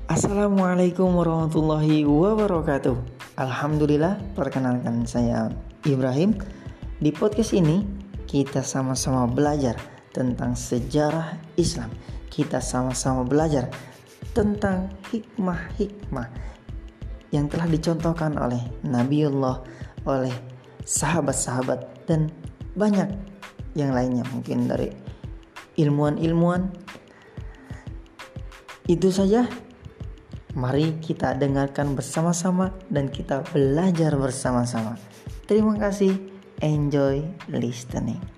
Assalamualaikum warahmatullahi wabarakatuh. Alhamdulillah, perkenalkan saya Ibrahim. Di podcast ini kita sama-sama belajar tentang sejarah Islam. Kita sama-sama belajar tentang hikmah-hikmah yang telah dicontohkan oleh Nabiullah, oleh sahabat-sahabat, dan banyak yang lainnya, mungkin dari ilmuwan-ilmuwan. Itu saja. Mari kita dengarkan bersama-sama dan kita belajar bersama-sama. Terima kasih. Enjoy listening.